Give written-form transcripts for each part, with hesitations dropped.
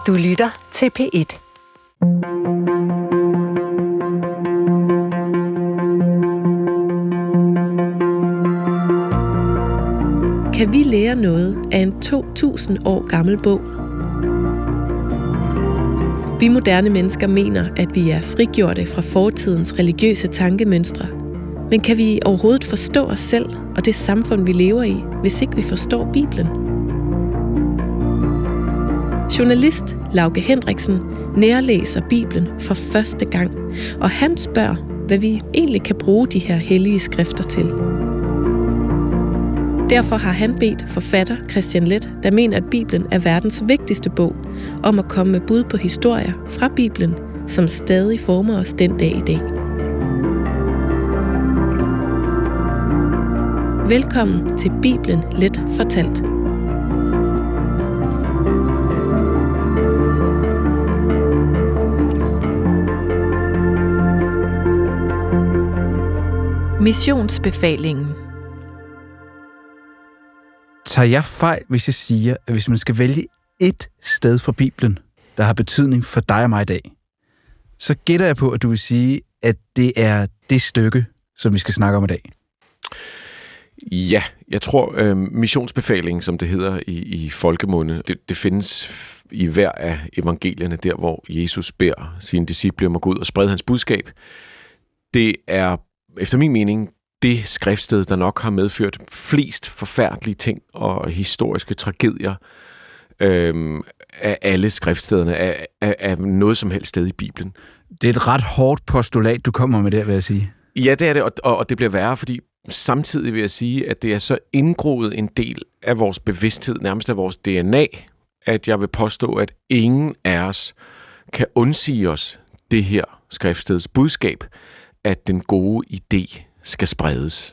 Du lytter til P1. Kan vi lære noget af en 2000 år gammel bog? Vi moderne mennesker mener, at vi er frigjorte fra fortidens religiøse tankemønstre. Men kan vi overhovedet forstå os selv og det samfund, vi lever i, hvis ikke vi forstår Bibelen? Journalist Lauke Hendriksen nærlæser Bibelen for første gang, og han spørger, hvad vi egentlig kan bruge de her hellige skrifter til. Derfor har han bedt forfatter Kristian Leth, der mener, at Bibelen er verdens vigtigste bog, om at komme med bud på historier fra Bibelen, som stadig former os den dag i dag. Velkommen til Bibelen Let fortalt. Missionsbefalingen. Tager jeg fejl, hvis jeg siger, at hvis man skal vælge ét sted fra Bibelen, der har betydning for dig og mig i dag, så gætter jeg på, at du vil sige, at det er det stykke, som vi skal snakke om i dag. Ja, jeg tror, missionsbefalingen, som det hedder i folkemunde, det findes i hver af evangelierne, der hvor Jesus beder sine disciple om at gå ud og sprede hans budskab. Det er, efter min mening, det skriftsted, der nok har medført flest forfærdelige ting og historiske tragedier af alle skriftstederne, af noget som helst sted i Bibelen. Det er et ret hårdt postulat, du kommer med der, vil jeg sige. Ja, det er det, og det bliver værre, fordi samtidig vil jeg sige, at det er så indgroet en del af vores bevidsthed, nærmest af vores DNA, at jeg vil påstå, at ingen af os kan undsige os det her skriftsteds budskab, at den gode idé skal spredes.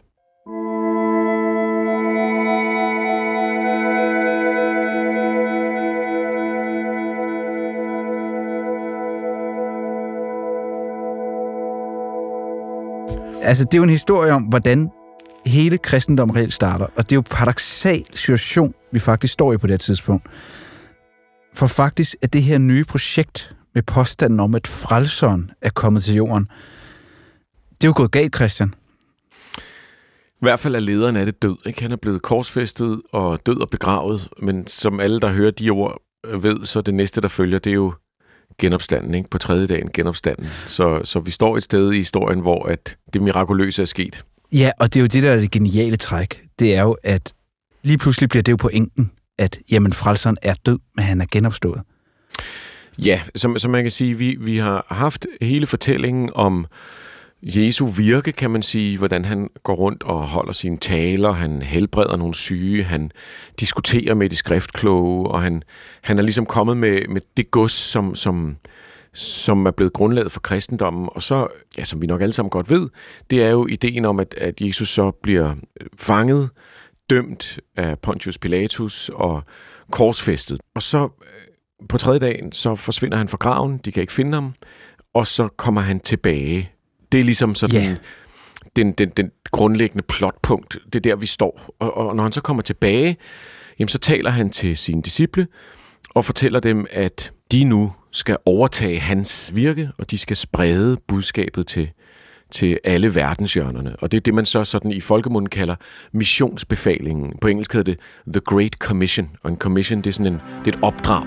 Altså, det er jo en historie om, hvordan hele kristendommen reelt starter, og det er jo en paradoksal situation, vi faktisk står i på det her tidspunkt. For faktisk er det her nye projekt med påstanden om, at frelseren er kommet til jorden, det er jo gået galt, Christian. I hvert fald er lederen af det død. Ikke? Han er blevet korsfæstet og død og begravet, men som alle, der hører de ord, ved, så det næste, der følger, det er jo genopstanden. Ikke? På tredje dagen genopstanden. Så vi står et sted i historien, hvor at det mirakuløse er sket. Ja, og det er jo det, der er det geniale træk. Det er jo, at lige pludselig bliver det jo pointen, at jamen, frelseren er død, men han er genopstået. Ja, som man kan sige, vi har haft hele fortællingen om Jesu virke, kan man sige, hvordan han går rundt og holder sine taler, han helbreder nogle syge, han diskuterer med de skriftkloge, og han er ligesom kommet med det gods, som er blevet grundlaget for kristendommen. Og så, ja, som vi nok alle sammen godt ved, det er jo ideen om, at Jesus så bliver fanget, dømt af Pontius Pilatus og korsfæstet. Og så på tredje dagen, så forsvinder han fra graven, de kan ikke finde ham, og så kommer han tilbage. Det er ligesom sådan den grundlæggende plotpunkt. Det er der, vi står. Og når han så kommer tilbage, jamen, så taler han til sine disciple og fortæller dem, at de nu skal overtage hans virke, og de skal sprede budskabet til alle verdenshjørnerne. Og det er det, man så sådan i folkemunden kalder missionsbefalingen. På engelsk hedder det The Great Commission. Og en commission, det er sådan det er et opdrag.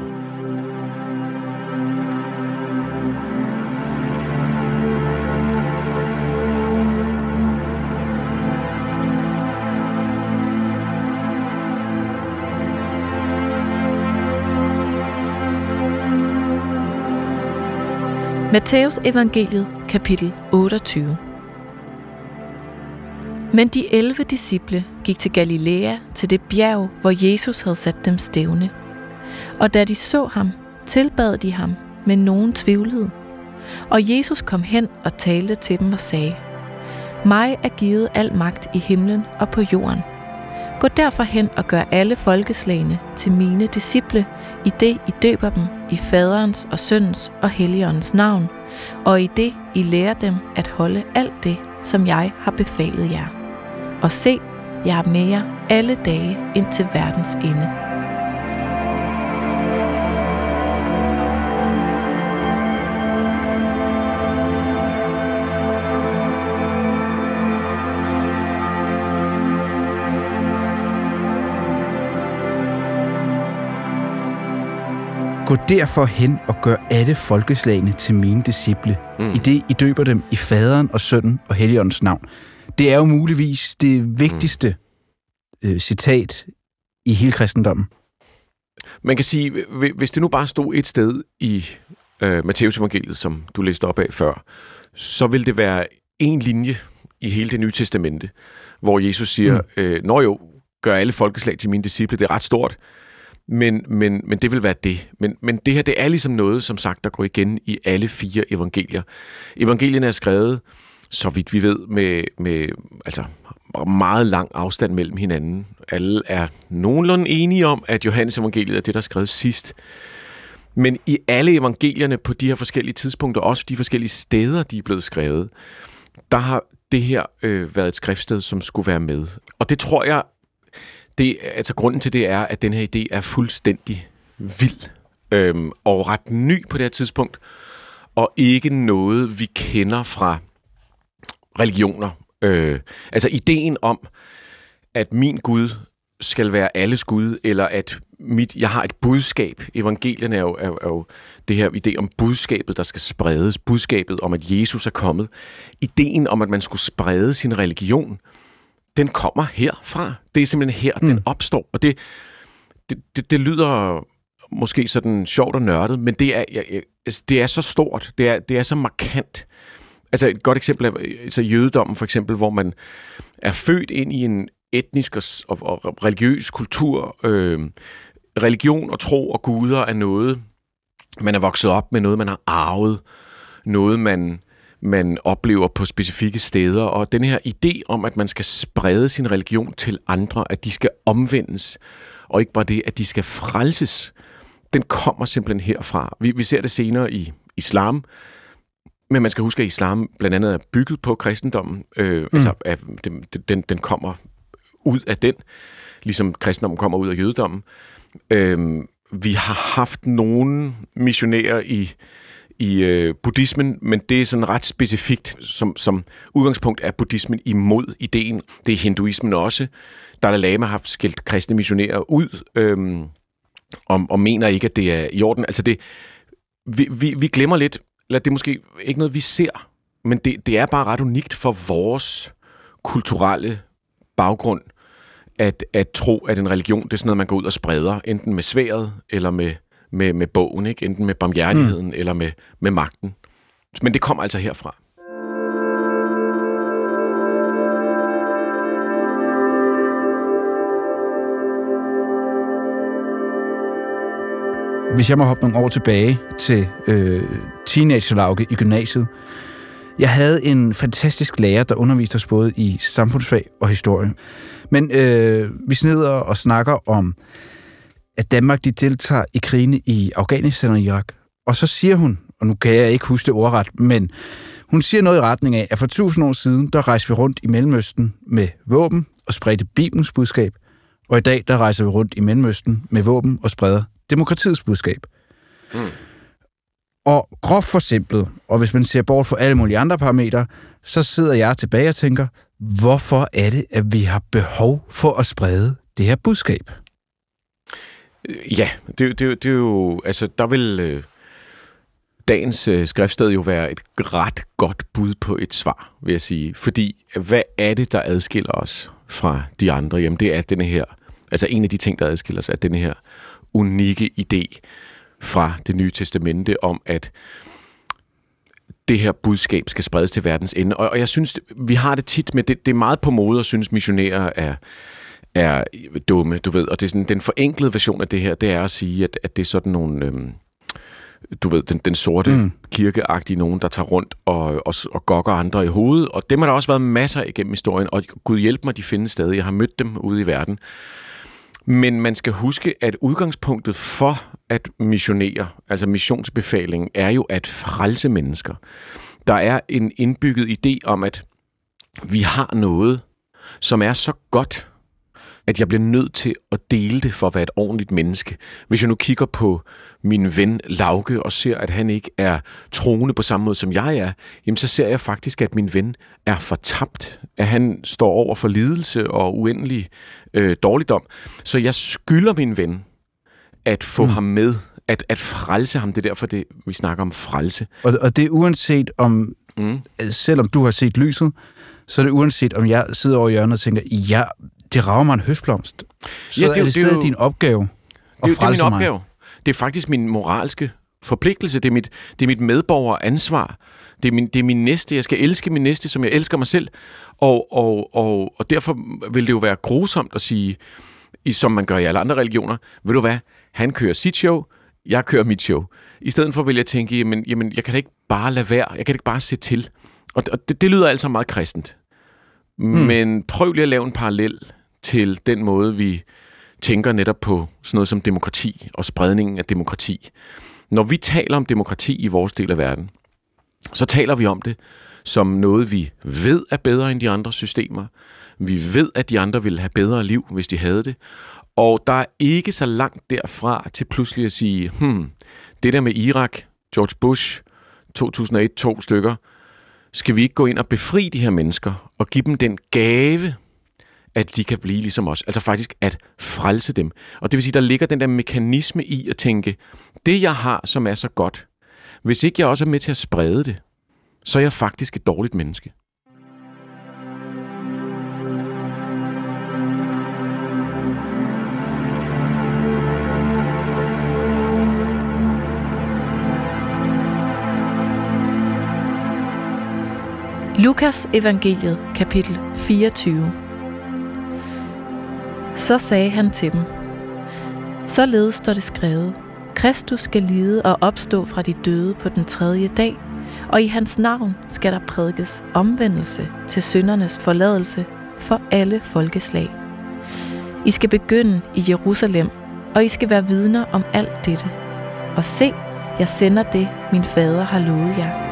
Matthæus evangeliet, kapitel 28. Men de 11 disciple gik til Galilea, til det bjerg, hvor Jesus havde sat dem stævne. Og da de så ham, tilbad de ham, men nogen tvivlede. Og Jesus kom hen og talte til dem og sagde: Mig er givet al magt i himlen og på jorden. Gå derfor hen og gør alle folkeslagene til mine disciple, i det I døber dem i Faderens og Søndens og Helligåndens navn, og i det I lærer dem at holde alt det, som jeg har befalet jer. Og se, jeg er med jer alle dage indtil verdens ende. Gå derfor hen og gør alle folkeslagene til mine disciple, i det I døber dem i Faderen og Sønnen og Helligåndens navn. Det er jo muligvis det vigtigste citat i hele kristendommen. Man kan sige, hvis det nu bare stod et sted i Matteus evangeliet, som du læste op af før, så vil det være en linje i hele det nye testamente, hvor Jesus siger, nå jo, gør alle folkeslag til mine disciple, det er ret stort, men det vil være det. Men det her, det er ligesom noget, som sagt, der går igen i alle 4 evangelier. Evangelierne er skrevet, så vidt vi ved, med altså meget lang afstand mellem hinanden. Alle er nogenlunde enige om, at Johannes evangeliet er det, der er skrevet sidst. Men i alle evangelierne på de her forskellige tidspunkter, også de forskellige steder, de er blevet skrevet, der har det her været et skriftsted, som skulle være med. Og det tror jeg, grunden til det er, at den her idé er fuldstændig vild og ret ny på det her tidspunkt, og ikke noget, vi kender fra religioner. Altså ideen om, at min Gud skal være alles Gud, eller at jeg har et budskab. Evangelierne er jo det her idé om budskabet, der skal spredes. Budskabet om, at Jesus er kommet. Ideen om, at man skulle sprede sin religion, den kommer herfra. Det er simpelthen her, den opstår. Og det lyder måske sådan sjovt og nørdet, men det er så stort. Det er så markant. Altså et godt eksempel er altså jødedommen for eksempel, hvor man er født ind i en etnisk og religiøs kultur. Religion og tro og guder er noget, man er vokset op med, noget man har arvet, noget man oplever på specifikke steder. Og den her idé om, at man skal sprede sin religion til andre, at de skal omvendes, og ikke bare det, at de skal frelses, den kommer simpelthen herfra. Vi ser det senere i islam, men man skal huske, at islam blandt andet er bygget på kristendommen. Altså, den kommer ud af den, ligesom kristendommen kommer ud af jødedommen. Vi har haft nogle missionærer i buddhismen, men det er sådan ret specifikt. Som udgangspunkt er buddhismen imod ideen. Det er hinduismen også. Dalai Lama har haft skilt kristne missionærer ud, og mener ikke, at det er i orden. Altså vi glemmer lidt, eller det er måske ikke noget, vi ser, men det er bare ret unikt for vores kulturelle baggrund, at tro, at en religion, det er sådan noget, man går ud og spreder, enten med sværdet, eller med bogen, ikke? Enten med barmhjertigheden, eller med magten. Men det kommer altså herfra. Hvis jeg må hoppe nogle år tilbage til teenagerlauget i gymnasiet. Jeg havde en fantastisk lærer, der underviste os både i samfundsfag og historie. Men vi sneder og snakker om, at Danmark de deltager i krigene i Afghanistan og Irak. Og så siger hun, og nu kan jeg ikke huske det ordret, men hun siger noget i retning af, at for 1000 år siden, der rejste vi rundt i Mellemøsten med våben og spredte Bibelens budskab. Og i dag, der rejser vi rundt i Mellemøsten med våben og spreder demokratiets budskab. Og groft forsimplet, og hvis man ser bort fra alle mulige andre parametre, så sidder jeg tilbage og tænker, hvorfor er det, at vi har behov for at sprede det her budskab? Ja, det er jo... Altså, der vil dagens skriftsted jo være et ret godt bud på et svar, vil jeg sige. Fordi, hvad er det, der adskiller os fra de andre? Jamen, det er denne her... Altså, en af de ting, der adskiller os, er denne her unikke idé fra Det Nye Testamente om, at det her budskab skal spredes til verdens ende. Og jeg synes, vi har det tit med, det er meget på mode at synes, missionærer er dumme, du ved. Og det er sådan, den forenklede version af det her, det er at sige, at det er sådan nogle, du ved, den sorte kirkeagtige nogen, der tager rundt og gokker andre i hovedet. Og dem har der også været masser af igennem historien, og Gud hjælp mig, de findes stadig. Jeg har mødt dem ude i verden. Men man skal huske, at udgangspunktet for at missionere, altså missionsbefaling, er jo at frelse mennesker. Der er en indbygget idé om, at vi har noget, som er så godt, at jeg bliver nødt til at dele det for at være et ordentligt menneske. Hvis jeg nu kigger på min ven Lauke og ser, at han ikke er troende på samme måde som jeg er, jamen så ser jeg faktisk, at min ven er fortabt. At han står over for lidelse og uendelig dårligdom. Så jeg skylder min ven at få ham med, at frelse ham. Det er derfor, vi snakker om frelse. Og det er uanset om, selvom du har set lyset, så er det uanset om jeg sidder over hjørnet og tænker, ja, det rager mig en høstblomst. Så er det stadig din opgave at frelse mig. Det er min opgave. Det er faktisk min moralske forpligtelse. Det er mit medborgeransvar. Det er min næste. Jeg skal elske min næste, som jeg elsker mig selv. Og derfor vil det jo være grusomt at sige, som man gør i alle andre religioner, ved du hvad, han kører sit show, jeg kører mit show. I stedet for vil jeg tænke, jamen jeg kan da ikke bare lade være, jeg kan da ikke bare se til. Og det lyder altså meget kristent. Men prøv lige at lave en parallel til den måde, vi tænker netop på sådan noget som demokrati og spredningen af demokrati. Når vi taler om demokrati i vores del af verden, så taler vi om det som noget, vi ved er bedre end de andre systemer. Vi ved, at de andre ville have bedre liv, hvis de havde det. Og der er ikke så langt derfra til pludselig at sige, det der med Irak, George Bush, 2001, 2 stykker, skal vi ikke gå ind og befri de her mennesker og give dem den gave, at de kan blive ligesom os. Altså faktisk at frelse dem. Og det vil sige, der ligger den der mekanisme i at tænke, det jeg har, som er så godt, hvis ikke jeg også er med til at sprede det, så er jeg faktisk et dårligt menneske. Lukas evangeliet, kapitel 24. Så sagde han til dem, således står det skrevet, Kristus skal lide og opstå fra de døde på den 3. dag, og i hans navn skal der prædikes omvendelse til syndernes forladelse for alle folkeslag. I skal begynde i Jerusalem, og I skal være vidner om alt dette. Og se, jeg sender det, min fader har lovet jer.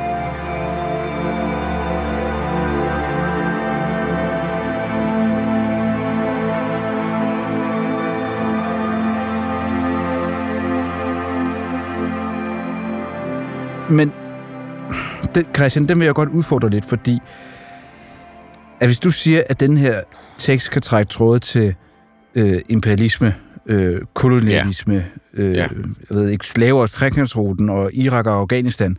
Men, Christian, den vil jeg godt udfordre lidt, fordi at hvis du siger, at den her tekst kan trække tråde til imperialisme, kolonialisme, jeg ved ikke, slaver og trekantsruten og Irak og Afghanistan,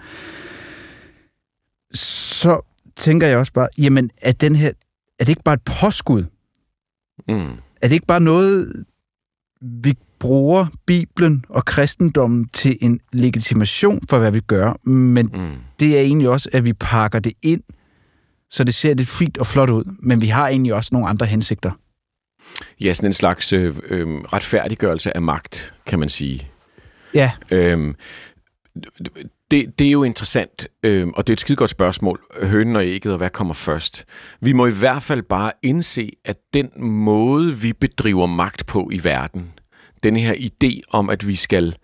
så tænker jeg også bare, jamen, er det ikke bare et påskud? Er det ikke bare noget, vi bruger Bibelen og kristendommen til en legitimation for, hvad vi gør, men det er egentlig også, at vi pakker det ind, så det ser lidt fint og flot ud, men vi har egentlig også nogle andre hensigter. Ja, sådan en slags retfærdiggørelse af magt, kan man sige. Ja. Det er jo interessant, og det er et skidegodt spørgsmål, hønen og ægget, og hvad kommer først? Vi må i hvert fald bare indse, at den måde, vi bedriver magt på i verden, den her idé om, at vi skal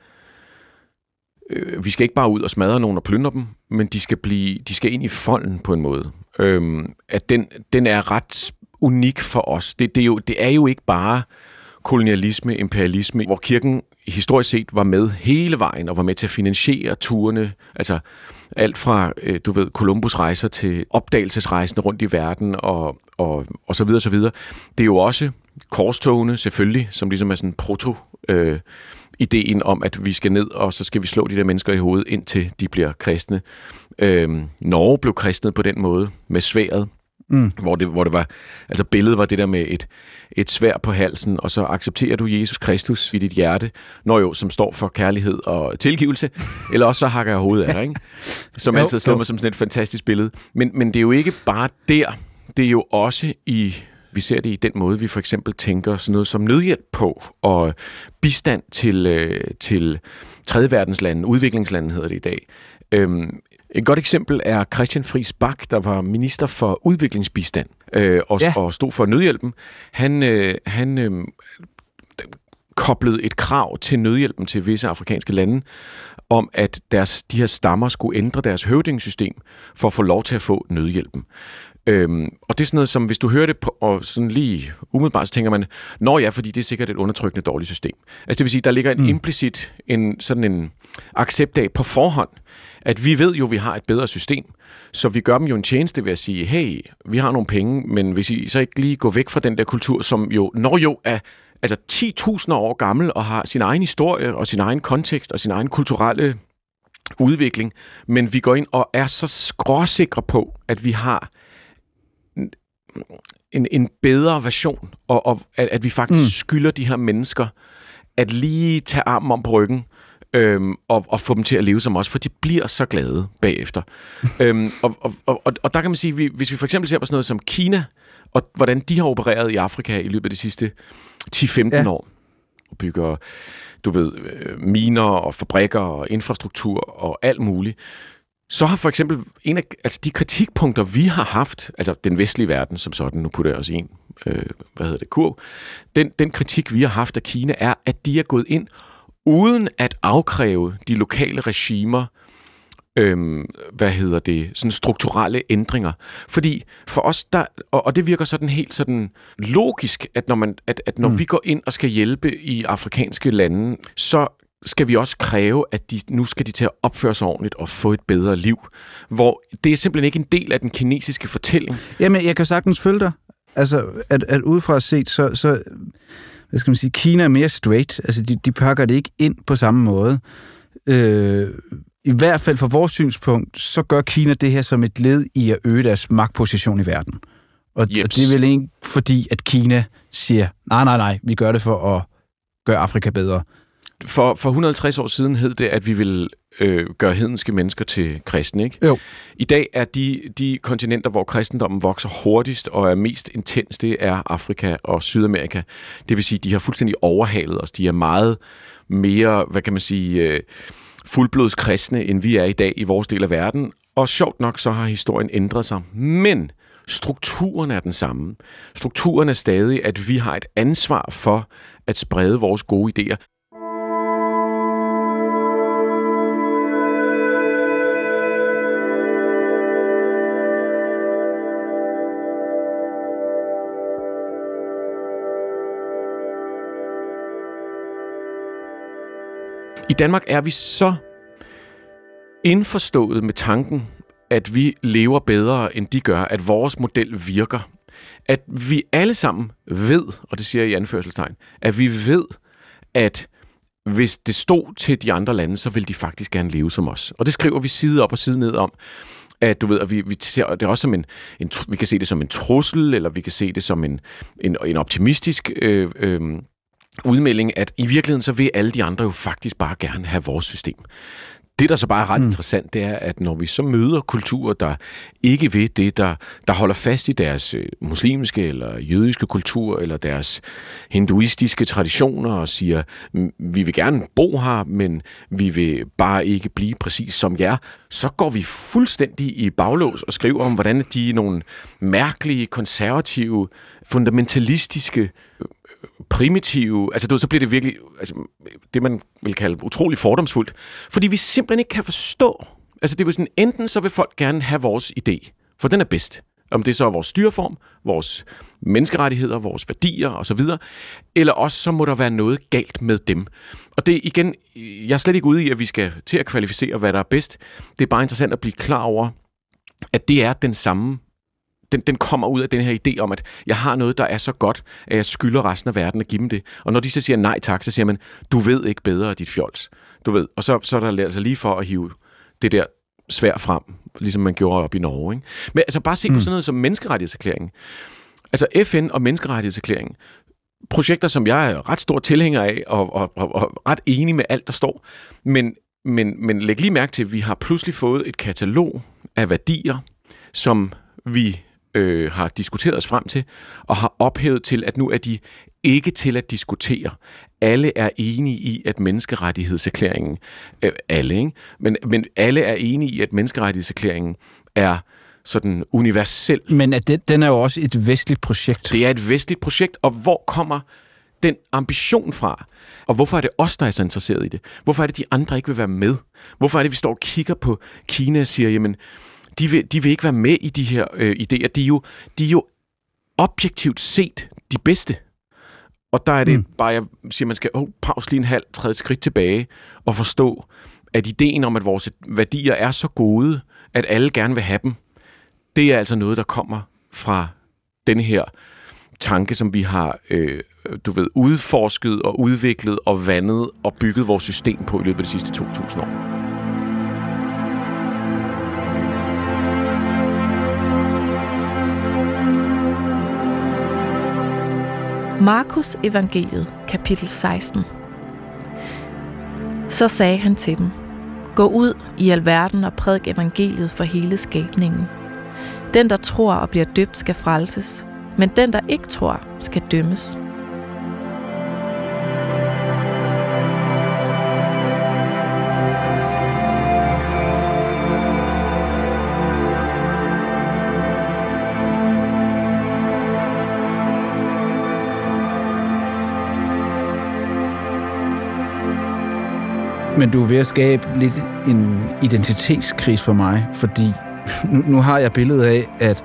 ikke bare ud og smadre nogen og plyndre dem, men de skal ind i folden på en måde. At den er ret unik for os. Det er jo ikke bare kolonialisme, imperialisme, hvor kirken historisk set var med hele vejen og var med til at finansiere turene, altså alt fra, Columbus rejser til opdagelsesrejsende rundt i verden og så videre, så videre. Det er jo også korstogene, selvfølgelig, som ligesom er sådan ideen om, at vi skal ned, og så skal vi slå de der mennesker i hovedet, indtil de bliver kristne. Norge blev kristnet på den måde, med sværdet, hvor det var, altså billedet var det der med et sværd på halsen, og så accepterer du Jesus Kristus i dit hjerte, som står for kærlighed og tilgivelse, eller også så hakker jeg hovedet af dig, ikke? Som altid slår mig som sådan et fantastisk billede. Men det er jo ikke bare der, det er jo også vi ser det i den måde, vi for eksempel tænker sådan noget som nødhjælp på, og bistand til tredje verdenslande, udviklingslande hedder det i dag. Et godt eksempel er Christian Friis Bach, der var minister for udviklingsbistand og stod for nødhjælpen. Han koblede et krav til nødhjælpen til visse afrikanske lande, om at de her stammer skulle ændre deres høvdingssystem for at få lov til at få nødhjælpen. Og det er sådan noget, som hvis du hører det på, og sådan lige umiddelbart, så tænker man, fordi det er sikkert et undertrykkende dårligt system. Altså det vil sige, der ligger en implicit, sådan en accept af på forhånd, at vi ved jo, at vi har et bedre system, så vi gør dem jo en tjeneste ved at sige, hey, vi har nogle penge, men hvis I så ikke lige går væk fra den der kultur, som jo, altså 10.000 år gammel og har sin egen historie og sin egen kontekst og sin egen kulturelle udvikling, men vi går ind og er så skråsikre på, at vi har en bedre version, og at vi faktisk skylder de her mennesker at lige tage armen om på ryggen, og få dem til at leve som os, for de bliver så glade bagefter. Og der kan man sige, hvis vi for eksempel ser på sådan noget som Kina, og hvordan de har opereret i Afrika i løbet af de sidste 10-15 år, og bygger, miner og fabrikker og infrastruktur og alt muligt, så har for eksempel de kritikpunkter, vi har haft, altså den vestlige verden som sådan, nu putter jeg også i en, kurv, den kritik, vi har haft af Kina, er, at de er gået ind uden at afkræve de lokale regimer sådan strukturelle ændringer. Fordi for os, og det virker sådan helt sådan logisk, at når vi går ind og skal hjælpe i afrikanske lande, så skal vi også kræve, at nu skal de til at opføre sig ordentligt og få et bedre liv. Hvor det er simpelthen ikke en del af den kinesiske fortælling. Jamen, jeg kan sagtens følge dig. Altså, at udefra set, så hvad skal man sige, Kina er mere straight. Altså, de pakker det ikke ind på samme måde. I hvert fald fra vores synspunkt, så gør Kina det her som et led i at øge deres magtposition i verden. Og det er vel ikke fordi, at Kina siger, nej, vi gør det for at gøre Afrika bedre. For 150 år siden hed det, at vi ville gøre hedenske mennesker til kristne, ikke? Jo. I dag er de kontinenter, hvor kristendommen vokser hurtigst og er mest intens, det er Afrika og Sydamerika. Det vil sige, de har fuldstændig overhalet os. De er meget mere, fuldblods kristne, end vi er i dag i vores del af verden. Og sjovt nok, så har historien ændret sig. Men strukturen er den samme. Strukturen er stadig, at vi har et ansvar for at sprede vores gode idéer. I Danmark er vi så indforstået med tanken, at vi lever bedre, end de gør, at vores model virker. At vi alle sammen ved, og det siger jeg i anførselstegn, at vi ved, at hvis det stod til de andre lande, så vil de faktisk gerne leve som os. Og det skriver vi side op og side ned om. At vi ser det også som vi kan se det som en trussel, eller vi kan se det som en optimistisk udmelding, at i virkeligheden så vil alle de andre jo faktisk bare gerne have vores system. Det, der så bare er ret interessant, det er, at når vi så møder kulturer, der ikke vil det, der holder fast i deres muslimske eller jødiske kultur, eller deres hinduistiske traditioner, og siger, vi vil gerne bo her, men vi vil bare ikke blive præcis som jer, så går vi fuldstændig i baglås og skriver om, hvordan de er nogle mærkelige, konservative, fundamentalistiske, primitive, så bliver det virkelig det, man vil kalde utrolig fordomsfuldt, fordi vi simpelthen ikke kan forstå. Det er jo sådan, enten så vil folk gerne have vores idé, for den er bedst. Om det så er vores styreform, vores menneskerettigheder, vores værdier osv., eller også så må der være noget galt med dem. Og det igen, jeg er slet ikke ude i, at vi skal til at kvalificere, hvad der er bedst. Det er bare interessant at blive klar over, at det er den samme. Den kommer ud af den her idé om, at jeg har noget, der er så godt, at jeg skylder resten af verden at give dem det. Og når de så siger nej tak, så siger man, du ved ikke bedre, dit fjols. Du ved. Og så er der altså lige for at hive det der svær frem, ligesom man gjorde op i Norge. Ikke? Men bare se på sådan noget som menneskerettighedserklæringen. FN og menneskerettighedserklæringen. Projekter, som jeg er ret stor tilhænger af, og ret enig med alt, der står. Men læg lige mærke til, at vi har pludselig fået et katalog af værdier, som vi har diskuteret os frem til, og har ophævet til, at nu er de ikke til at diskutere. Alle er enige i, at menneskerettighedserklæringen, ikke? Men alle er enige i, at menneskerettighedserklæringen er sådan universel. Men den er jo også et vestligt projekt. Det er et vestligt projekt, og hvor kommer den ambition fra? Og hvorfor er det os, der er så interesseret i det? Hvorfor er det, de andre ikke vil være med? Hvorfor er det, vi står og kigger på Kina og siger, jamen, de vil ikke være med i de her idéer. De er jo objektivt set de bedste. Og der er det bare, jeg siger, man skal pause lige træde et skridt tilbage og forstå, at ideen om, at vores værdier er så gode, at alle gerne vil have dem, det er altså noget, der kommer fra denne her tanke, som vi har udforsket og udviklet og vandet og bygget vores system på i løbet af de sidste 2000 år. Markus evangeliet, kapitel 16. Så sagde han til dem: Gå ud i alverden og prædik evangeliet for hele skabningen. Den, der tror og bliver døbt, skal frelses, men den, der ikke tror, skal dømmes. Men du er ved at skabe lidt en identitetskrise for mig, fordi nu har jeg billedet af,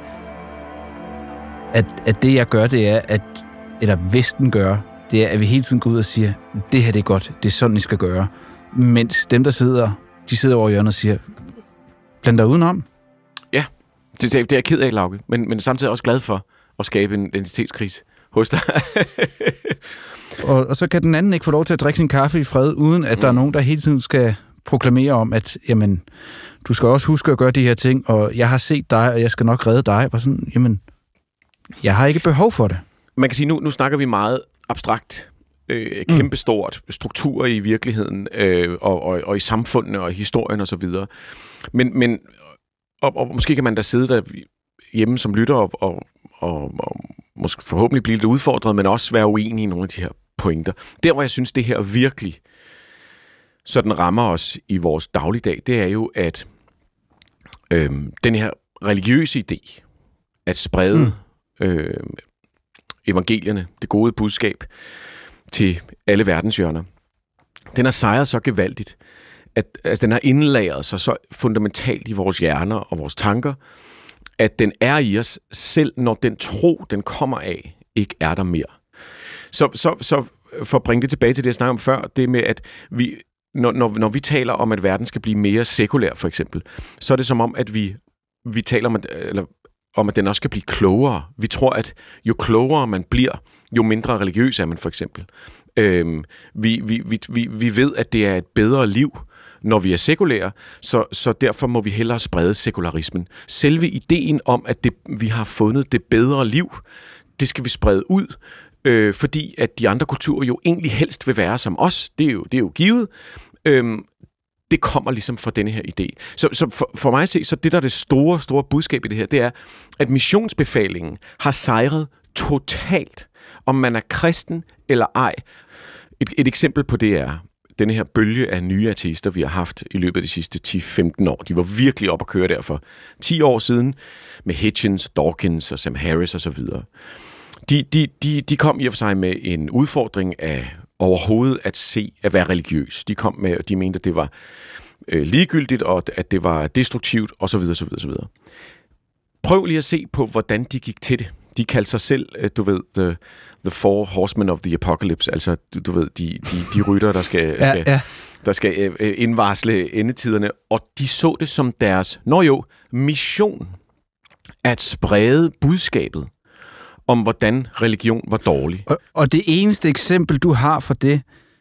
at det jeg gør, det er, eller Vesten gør, det er, at vi hele tiden går ud og siger, det her det er godt, det er sådan, I skal gøre. Mens dem, der sidder over hjørnet og siger, bland dig udenom. Ja, det er jeg ked af, Lauke, men samtidig også glad for at skabe en identitetskrise hos dig. Og så kan den anden ikke få lov til at drikke sin kaffe i fred, uden at der er nogen, der hele tiden skal proklamere om, at jamen, du skal også huske at gøre de her ting, og jeg har set dig, og jeg skal nok redde dig. Og sådan, jamen, jeg har ikke behov for det. Man kan sige, nu snakker vi meget abstrakt, kæmpestort, strukturer i virkeligheden, og i samfundene og i historien og så videre. Men måske kan man da sidde der hjemme som lytter og måske forhåbentlig blive lidt udfordret, men også være uenig i nogle af de her pointer. Der, hvor jeg synes, det her virkelig sådan rammer os i vores dagligdag, det er jo, at den her religiøse idé, at sprede evangelierne, det gode budskab, til alle verdenshjørner, den har sejret så gevaldigt, at den har indlagret sig så fundamentalt i vores hjerner og vores tanker, at den er i os, selv når den tro, den kommer af, ikke er der mere. Så for at bringe det tilbage til det, jeg snakkede om før, det med, at vi, når vi taler om, at verden skal blive mere sekulær, for eksempel, så er det som om, at vi taler om, at den også skal blive klogere. Vi tror, at jo klogere man bliver, jo mindre religiøs er man, for eksempel. Vi ved, at det er et bedre liv, når vi er sekulære, så derfor må vi hellere sprede sekularismen. Selve ideen om, at vi har fundet det bedre liv, det skal vi sprede ud, fordi at de andre kulturer jo egentlig helst vil være som os. Det er jo givet. Det kommer ligesom fra denne her idé. Så for mig at se, så det der er det store budskab i det her, det er, at missionsbefalingen har sejret totalt, om man er kristen eller ej. Et eksempel på det er denne her bølge af nye ateister, vi har haft i løbet af de sidste 10-15 år. De var virkelig op at køre der for 10 år siden, med Hitchens, Dawkins og Sam Harris og så videre. De kom i og for sig med en udfordring af overhovedet at være religiøs. De mente, at det var ligegyldigt, og at det var destruktivt, og så videre, så videre, så videre. Prøv lige at se på, hvordan de gik til det. De kaldte sig selv, the Four Horsemen of the Apocalypse, altså, de rytter, der skal indvarsle endetiderne, og de så det som deres, mission, at sprede budskabet om, hvordan religion var dårlig. Og det eneste eksempel, du har for det,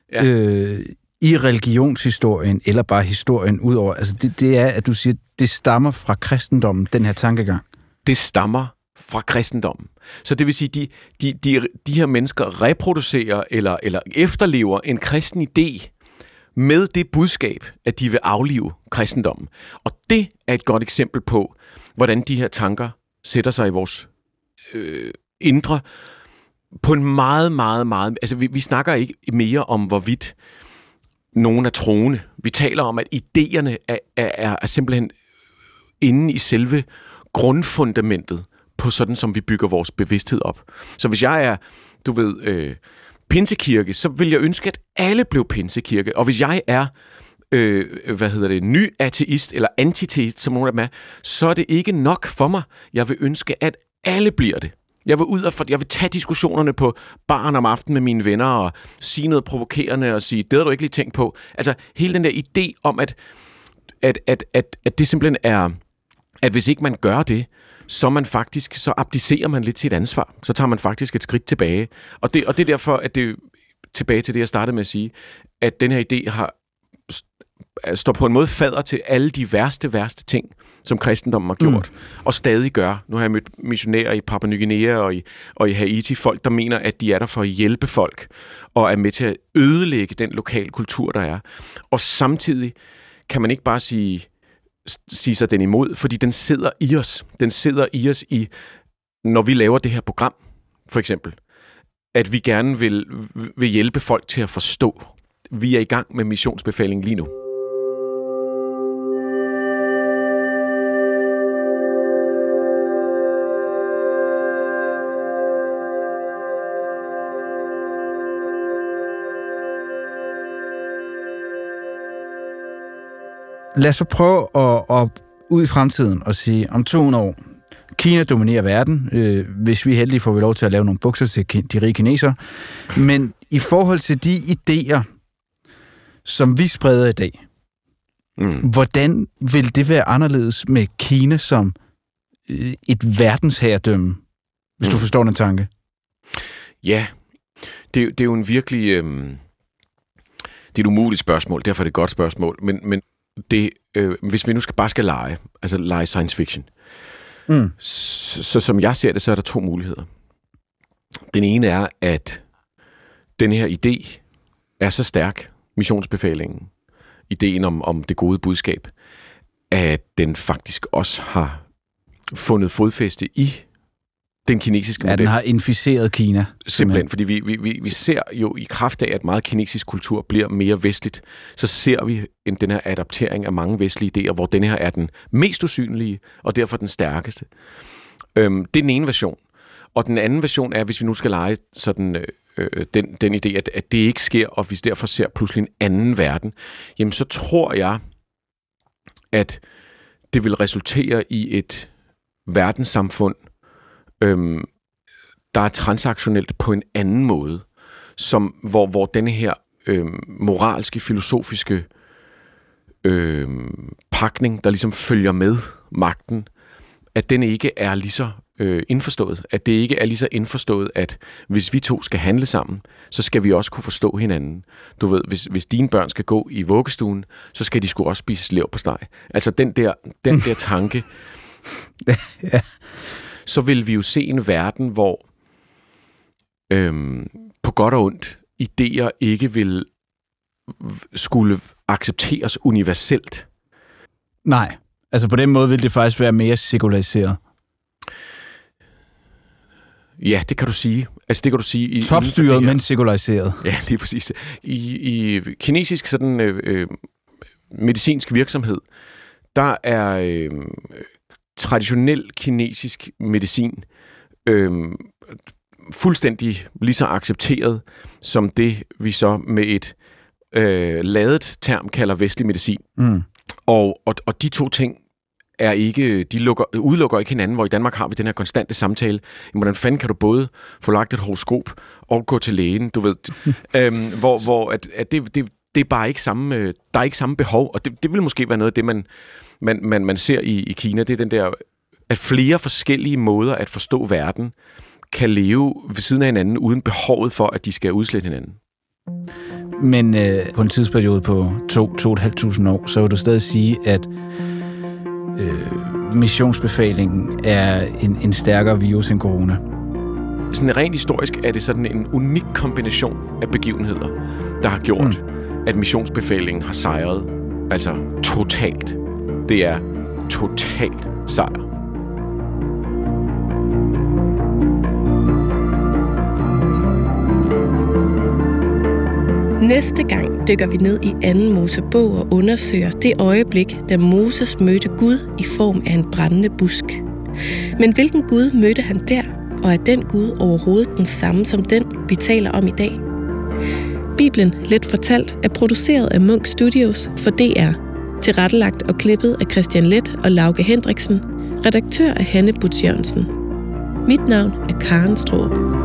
i religionshistorien, eller bare historien udover, altså det er, at du siger, det stammer fra kristendommen, den her tankegang. Det stammer fra kristendommen. Så det vil sige, de her mennesker reproducerer eller efterlever en kristen idé med det budskab, at de vil aflive kristendommen. Og det er et godt eksempel på, hvordan de her tanker sætter sig i vores indre på en meget, meget, meget... Altså, vi snakker ikke mere om, hvorvidt nogen er troende. Vi taler om, at idéerne er simpelthen inde i selve grundfundamentet på sådan, som vi bygger vores bevidsthed op. Så hvis jeg er, pinsekirke, så vil jeg ønske, at alle blev pinsekirke. Og hvis jeg er ny ateist eller antiteist, som nogle af dem er, så er det ikke nok for mig. Jeg vil ønske, at alle bliver det. Jeg vil tage diskussionerne på baren om aftenen med mine venner og sige noget provokerende og sige, det har du ikke lige tænkt på. Altså hele den der idé om, at det simpelthen er at hvis ikke man gør det, så abdicerer man lidt sit ansvar. Så tager man faktisk et skridt tilbage. Og det er derfor, at det tilbage til det, jeg startede med at sige, at den her idé står på en måde fader til alle de værste ting, som kristendommen har gjort, og stadig gør. Nu har jeg mødt missionærer i Papua Ny Guinea og i Haiti, folk, der mener, at de er der for at hjælpe folk, og er med til at ødelægge den lokale kultur, der er. Og samtidig kan man ikke bare sige sig den imod, fordi den sidder i os. Den sidder i os når vi laver det her program, for eksempel, at vi gerne vil hjælpe folk til at forstå. Vi er i gang med missionsbefalingen lige nu. Lad os så prøve at ud i fremtiden og sige, om 200 år, Kina dominerer verden. Hvis vi er heldige, får vi lov til at lave nogle bukser til de rige kinesere. Men i forhold til de idéer, som vi spreder i dag, hvordan vil det være anderledes med Kina som et verdensherredømme, hvis du forstår den tanke? Ja, det er jo en virkelig... det er et umuligt spørgsmål, derfor er det et godt spørgsmål. Men det, hvis vi nu skal lege science fiction, så som jeg ser det, så er der 2 muligheder. Den ene er, at den her idé er så stærk, missionsbefalingen, ideen om det gode budskab, at den faktisk også har fundet fodfæste i den kinesiske model. Den har inficeret Kina. Simpelthen, fordi vi ser jo i kraft af, at meget kinesisk kultur bliver mere vestligt, så ser vi den her adaptering af mange vestlige idéer, hvor den her er den mest usynlige, og derfor den stærkeste. Det er den ene version. Og den anden version er, hvis vi nu skal lege sådan den idé, at det ikke sker, og vi derfor ser pludselig en anden verden, jamen så tror jeg, at det vil resultere i et verdenssamfund, der er transaktionelt på en anden måde, hvor denne her moralske, filosofiske pakning, der ligesom følger med magten, at den ikke er lige så indforstået. At det ikke er lige så indforstået, at hvis vi 2 skal handle sammen, så skal vi også kunne forstå hinanden. Du ved, hvis dine børn skal gå i vuggestuen, så skal de sgu også spise leverpostej. Altså den der tanke, ja. Så vil vi jo se en verden, hvor på godt og ondt idéer ikke vil skulle accepteres universelt. Nej, altså på den måde vil det faktisk være mere sekulariseret. Ja, det kan du sige. Altså det kan du sige. Topstyret, men sekulariseret. Ja, lige præcis. I kinesisk sådan medicinsk virksomhed, der er traditionel kinesisk medicin fuldstændig lige så accepteret som det, vi så med et ladet term kalder vestlig medicin. Og de 2 ting er ikke, udelukker ikke hinanden, hvor i Danmark har vi den her konstante samtale. Hvordan fanden kan du både få lagt et horoskop og gå til lægen, du ved. Hvor det er bare ikke samme, der er ikke samme behov, og det vil måske være noget af det, man ser i Kina. Det er den der, at flere forskellige måder at forstå verden kan leve ved siden af hinanden, uden behovet for, at de skal udslette hinanden. Men på en tidsperiode på 2.500 år, så vil du stadig sige, at missionsbefalingen er en stærkere virus end corona. Sådan rent historisk er det sådan en unik kombination af begivenheder, der har gjort, at missionsbefalingen har sejret. Altså totalt. Det er totalt sejr. Næste gang dykker vi ned i 2. Mosebog og undersøger det øjeblik, da Moses mødte Gud i form af en brændende busk. Men hvilken Gud mødte han der, og er den Gud overhovedet den samme som den, vi taler om i dag? Bibelen Let Fortalt er produceret af Munk Studios for DR. Tilrettelagt og klippet af Christian Leth og Lauke Hendriksen. Redaktør er Hanne Butz Jørgensen. Mit navn er Karen Straarup.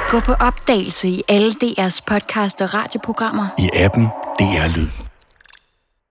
Gå på opdagelse i alle DR's podcast og radioprogrammer. I appen DR Lyd.